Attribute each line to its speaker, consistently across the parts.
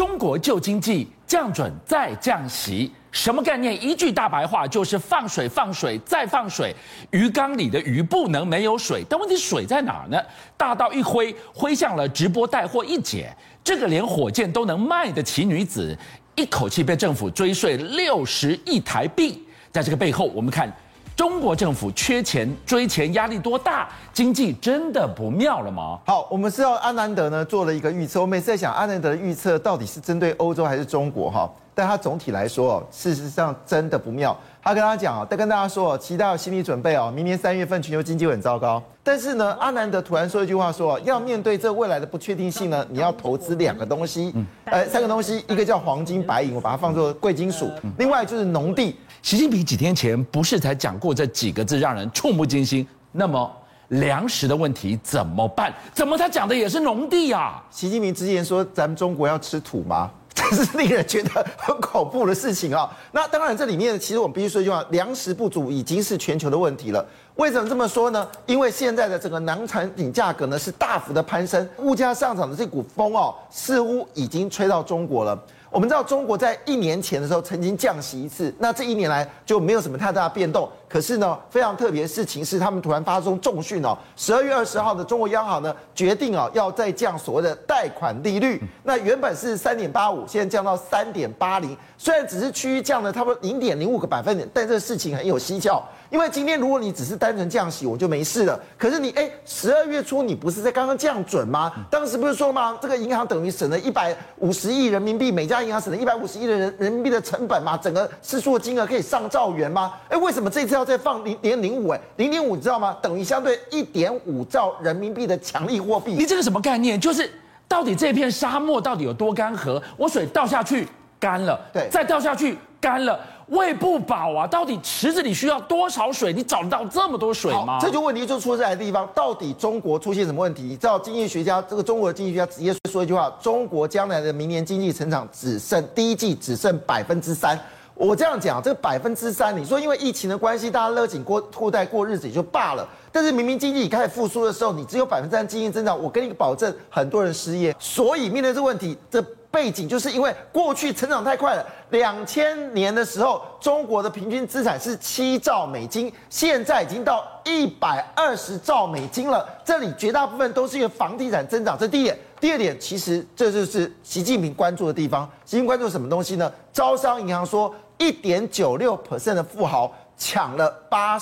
Speaker 1: 中国救经济，降准再降息，什么概念？一句大白话就是放水、放水再放水。鱼缸里的鱼不能没有水，但问题水在哪儿呢？大到一挥向了直播带货一姐，这个连火箭都能卖得起女子，一口气被政府追税60亿台币。在这个背后，我们看中国政府缺钱追钱压力多大，经济真的不妙了吗？
Speaker 2: 好，我们知道阿南德呢做了一个预测，我每次在想阿南德的预测到底是针对欧洲还是中国哈？但他总体来说，事实上真的不妙。他跟大家讲跟大家说，其实大家有心理准备哦，明年3月份全球经济会很糟糕。但是呢，阿南德突然说一句话说，要面对这未来的不确定性呢，你要投资2个东西，3个东西，一个叫黄金、白银，我把它放作贵金属，另外就是农地。
Speaker 1: 习近平几天前不是才讲过这几个字，让人触目惊心。那么粮食的问题怎么办？怎么他讲的也是农地啊？
Speaker 2: 习近平之前说咱们中国要吃土吗？这是令人觉得很恐怖的事情啊！那当然，这里面其实我们必须说一句话：粮食不足已经是全球的问题了。为什么这么说呢？因为现在的整个农产品价格呢是大幅的攀升，物价上涨的这股风似乎已经吹到中国了。我们知道中国在1年前的时候曾经降息一次，那这1年来就没有什么太大的变动。可是呢，非常特别的事情是，他们突然发送重讯12月20号的中国央行呢决定要再降所谓的贷款利率。那原本是3.85%，现在降到3.80%。虽然只是区域降了差不多0.05个百分点，但这个事情很有蹊跷。因为今天如果你只是单纯降息，我就没事了。可是你12月初你不是在刚刚降准吗？当时不是说吗？这个银行等于省了150亿人民币，每家银行省了150亿的人民币的成本嘛，整个支出的金额可以上兆元吗？为什么这次要再放0.05？0.5你知道吗？等于相对1.5兆人民币的强力货币。
Speaker 1: 你这个什么概念？就是到底这片沙漠到底有多干涸？我水倒下去干了，
Speaker 2: 对，
Speaker 1: 再倒下去干了。喂不饱啊！到底池子里需要多少水？你找得到这么多水吗？
Speaker 2: 这就问题就出在的地方，到底中国出现什么问题？你知道经济学家这个中国的经济学家直接说一句话：中国将来的明年经济成长第一季只剩3%。我这样讲，这个3%，你说因为疫情的关系，大家勒紧裤带过日子也就罢了。但是明明经济开始复苏的时候，你只有3%经济增长，我跟你保证，很多人失业。所以面对这个问题，这背景就是因为过去成长太快了。2000年的时候，中国的平均资产是7兆美金，现在已经到120兆美金了。这里绝大部分都是因为房地产增长，这第一点。第二点，其实这就是习近平关注的地方。习近平关注什么东西呢？招商银行说，1.96% 的富豪抢了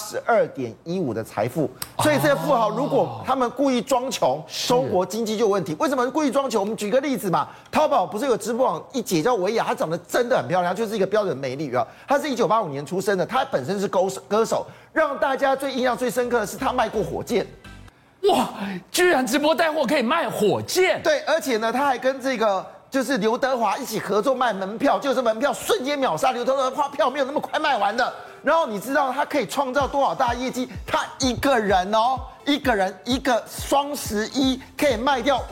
Speaker 2: 82.15%的财富，所以这些富豪如果他们故意装穷，中国经济就有问题。为什么故意装穷？我们举个例子嘛，淘宝不是有直播网一姐叫维亚，她长得真的很漂亮，就是一个标准美女啊。她是1985年出生的，她本身是歌手，让大家印象最深刻的是她卖过火箭。
Speaker 1: 哇，居然直播带货可以卖火箭？
Speaker 2: 对，而且呢，他还跟这个就是刘德华一起合作卖门票，就是门票瞬间秒杀，刘德华票没有那么快卖完的。然后你知道他可以创造多少大业绩？他一个人一个双11可以卖掉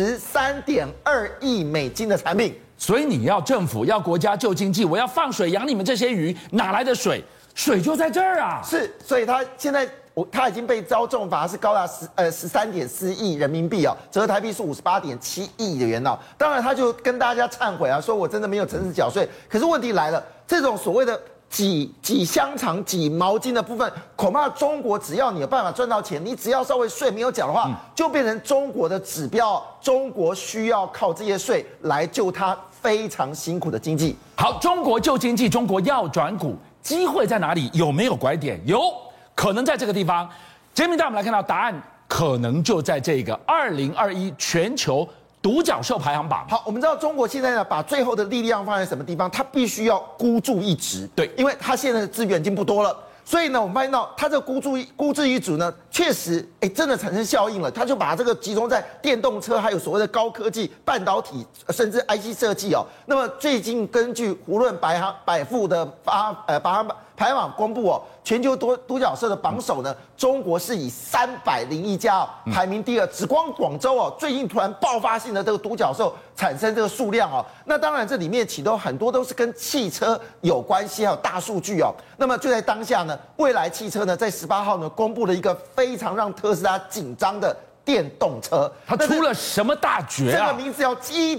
Speaker 2: 53.2亿美金的产品。
Speaker 1: 所以你要政府要国家救经济，我要放水养你们这些鱼，哪来的水？水就在这儿啊！
Speaker 2: 是，所以他现在。他已经被遭重罚，是高达13.4亿人民币折合台币是58.7亿的元当然，他就跟大家忏悔说我真的没有诚实缴税。可是问题来了，这种所谓的挤香肠、挤毛巾的部分，恐怕中国只要你有办法赚到钱，你只要稍微税没有缴的话，就变成中国的指标。中国需要靠这些税来救他非常辛苦的经济。
Speaker 1: 好，中国救经济，中国要转股，机会在哪里？有没有拐点？有。可能在这个地方，今天带我们来看到答案，可能就在这个2021全球独角兽排行榜。
Speaker 2: 好，我们知道中国现在呢，把最后的力量放在什么地方？它必须要孤注一掷，
Speaker 1: 对，
Speaker 2: 因为它现在的资源已经不多了。所以呢，我们发现到它这个孤注一掷呢，确实真的产生效应了。它就把这个集中在电动车，还有所谓的高科技、半导体，甚至 IC 设计那么最近根据胡润百富的排行榜公布全球独角兽的榜首呢，中国是以301家排名第2，只光广州最近突然爆发性的这个独角兽产生这个数量那当然这里面其中很多都是跟汽车有关系，还有大数据那么就在当下呢，蔚来汽车呢在18号呢公布了一个非常让特斯拉紧张的电动车。
Speaker 1: 它出了什么大绝啊？
Speaker 2: 这个名字叫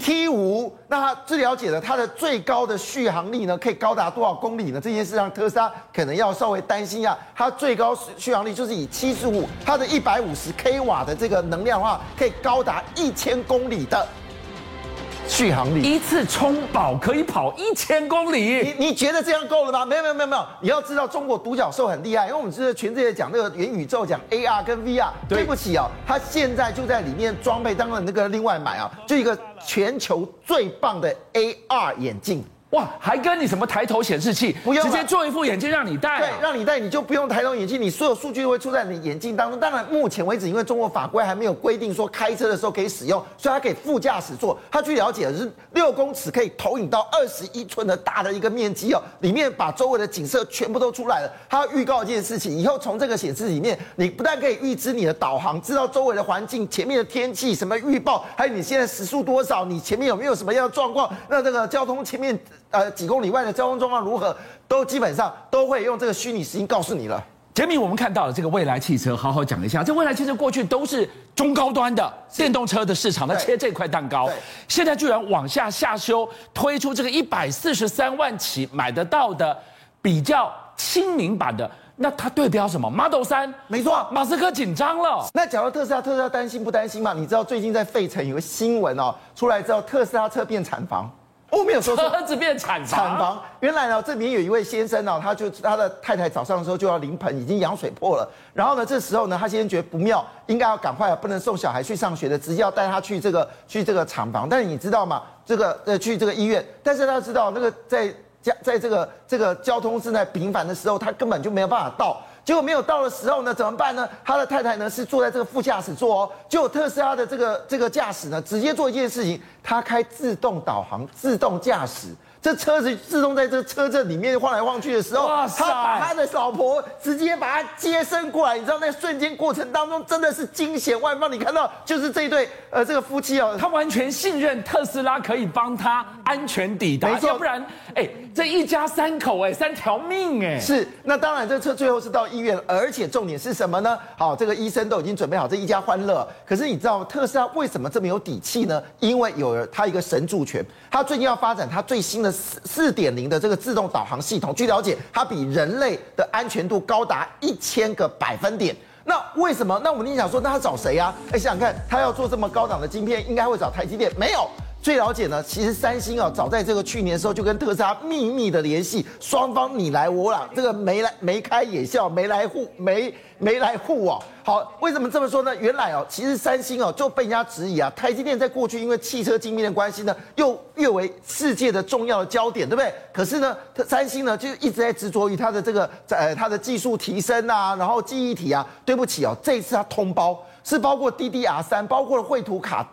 Speaker 2: GT5。那它据了解呢，它的最高的续航力呢，可以高达多少公里呢？这件事让特斯拉可能要稍微担心啊。它最高续航力就是以75，它的150k瓦的这个能量的话，可以高达1000公里的续航力，
Speaker 1: 一次充饱可以跑1000公里。
Speaker 2: 你觉得这样够了吗？没有，你要知道中国独角兽很厉害，因为我们是全世界讲那个元宇宙，讲 AR 跟 VR。对不起啊，它现在就在里面装备，当然那个另外买啊，就一个全球最棒的 AR 眼镜。
Speaker 1: 哇，还跟你什么抬头显示器，
Speaker 2: 不用
Speaker 1: 直接做一副眼镜让你戴，
Speaker 2: 对，让你戴，你就不用抬头眼镜，你所有数据都会出在你眼镜当中。当然，目前为止，因为中国法规还没有规定说开车的时候可以使用，所以它可以副驾驶座。它据了解是6公尺可以投影到21寸的大的一个面积哦，里面把周围的景色全部都出来了。它预告一件事情，以后从这个显示里面，你不但可以预知你的导航，知道周围的环境、前面的天气、什么预报，还有你现在时速多少，你前面有没有什么样的状况，那这个交通前面几公里外的交通状况如何，都基本上都会用这个虚拟实境告诉你了。
Speaker 1: 杰米，我们看到了这个蔚来汽车，好好讲一下。这蔚来汽车过去都是中高端的电动车的市场，它切这块蛋糕，现在居然往下修，推出这个143万起买得到的比较亲民版的。那它对标什么 Model 3？
Speaker 2: 没错，
Speaker 1: 马斯克紧张了。
Speaker 2: 那讲到特斯拉担心不担心嘛？你知道最近在费城有个新闻哦，出来之后特斯拉车变产房。我没有说
Speaker 1: 车子变产房。
Speaker 2: 原来呢，这边有一位先生呢，他的太太早上的时候就要临盆，已经羊水破了。然后呢，这时候呢，他先生觉得不妙，应该要赶快，不能送小孩去上学的，直接要带他去这个厂房。但是你知道吗？去这个医院，但是他知道那个在这个交通正在频繁的时候，他根本就没有办法到。结果没有到的时候呢，怎么办呢？他的太太呢是坐在这个副驾驶座哦，结果特斯拉的这个驾驶呢，直接做一件事情，他开自动导航、自动驾驶。这车子自动在这个车阵里面晃来晃去的时候，他把他的老婆直接把他接生过来，你知道那瞬间过程当中真的是惊险万分。你看到就是这一对这个夫妻哦，
Speaker 1: 他完全信任特斯拉可以帮他安全抵达，要不然这一家3口3条命
Speaker 2: 是。那当然这车最后是到医院，而且重点是什么呢？好，这个医生都已经准备好这一家欢乐。可是你知道特斯拉为什么这么有底气呢？因为有他一个神助权，他最近要发展他最新的4.0的这个自动导航系统。据了解，它比人类的安全度高达1000个百分点。那为什么？那我们想说，那他找谁啊？想想看，他要做这么高档的晶片，应该会找台积电？没有。据了解呢，其实三星早在这个去年的时候就跟特斯拉秘密的联系，双方你来我往，这个眉开眼笑，眉来护往。好，为什么这么说呢？原来其实三星就被人家质疑啊，台积电在过去因为汽车晶片的关系呢，又越为世界的重要的焦点，对不对？可是呢，三星呢就一直在执着于它的这个它的技术提升啊，然后记忆体啊。对不起这一次它通包是包括 DDR3， 包括了绘图卡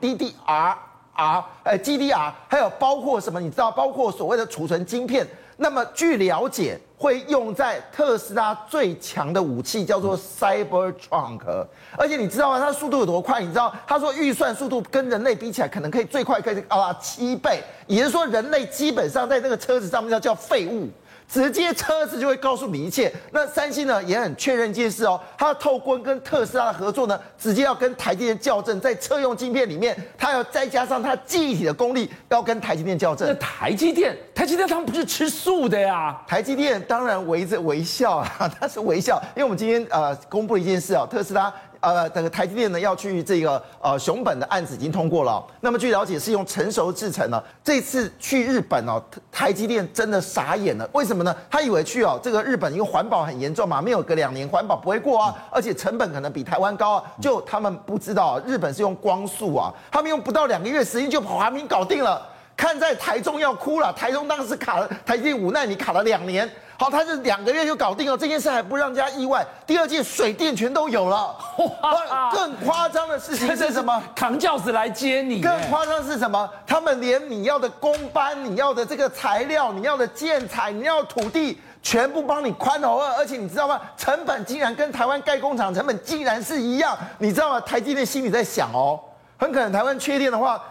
Speaker 2: GDR， 还有包括什么？你知道，包括所谓的储存晶片。那么据了解，会用在特斯拉最强的武器叫做 Cybertruck， 而且你知道吗？它速度有多快？你知道，他说预算速度跟人类比起来，可能可以最快可以7倍，也就是说，人类基本上在那个车子上面叫废物。直接车子就会告诉你一切。那三星呢也很确认一件事它透过跟特斯拉的合作呢，直接要跟台积电校正，在车用晶片里面，它要再加上它记忆体的功力，要跟台积电校正。
Speaker 1: 那台积电他们不是吃素的呀？
Speaker 2: 台积电当然围着微笑啊，它是微笑，因为我们今天公布了一件事特斯拉。这个台积电呢要去这个熊本的案子已经通过了那么据了解是用成熟制程这次去日本台积电真的傻眼了。为什么呢？他以为去这个日本因为环保很严重嘛，没有个2年环保不会过而且成本可能比台湾高就他们不知道日本是用光速他们用不到2个月时间就把华明搞定了。看在台中要哭了，台中当时卡了台积电5奈米卡了2年。好，他是2个月就搞定了，这件事还不让人家意外。第二届水电全都有了，更夸张的事情是什么？
Speaker 1: 扛轿子来接你。
Speaker 2: 更夸张是什么？他们连你要的工班、你要的这个材料、你要的建材、你要的土地，全部帮你宽宏2，而且你知道吗？成本竟然跟台湾盖工厂成本竟然是一样，你知道吗？台积电心里在想很可能台湾缺电的话，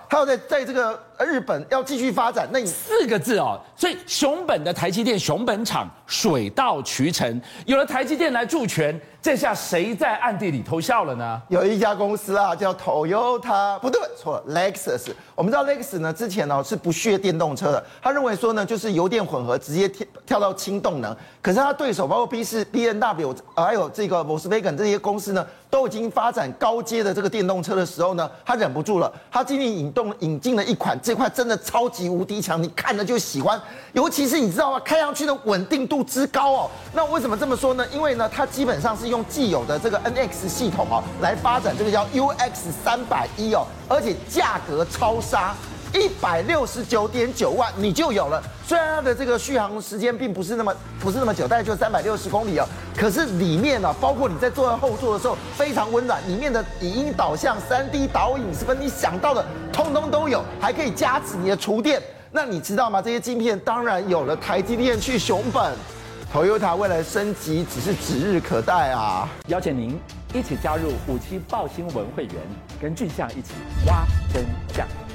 Speaker 2: 它要在这个日本要继续发展，那你
Speaker 1: 4个字哦，所以熊本的台积电熊本厂水到渠成，有了台积电来助权，这下谁在暗地里偷笑了呢？
Speaker 2: 有一家公司啊，叫 Toyota， 不对，错了 ，Lexus。我们知道 Lexus 呢，之前呢是不屑电动车的，他认为说呢，就是油电混合直接跳到氢动能。可是他对手包括 B&W 还有这个 Volkswagen 这些公司呢，都已经发展高阶的这个电动车的时候呢，他忍不住了，他今年引进了一款，这块真的超级无敌强，你看了就喜欢，尤其是你知道吗？开上去的稳定度之高哦。那为什么这么说呢？因为呢，它基本上是用既有的这个 NX 系统哦来发展这个叫 UX310哦，而且价格超杀。169.9万你就有了，虽然它的这个续航时间并不是那么久，大概就360公里哦，可是里面呢、包括你在坐在后座的时候非常温暖，里面的影音导向、3D 导影什么你想到的通通都有，还可以加持你的厨电。那你知道吗？这些晶片当然有了台积电去熊本，Toyota 未来升级只是指日可待啊！
Speaker 1: 邀请您一起加入57爆新闻会员，跟俊相一起挖真相。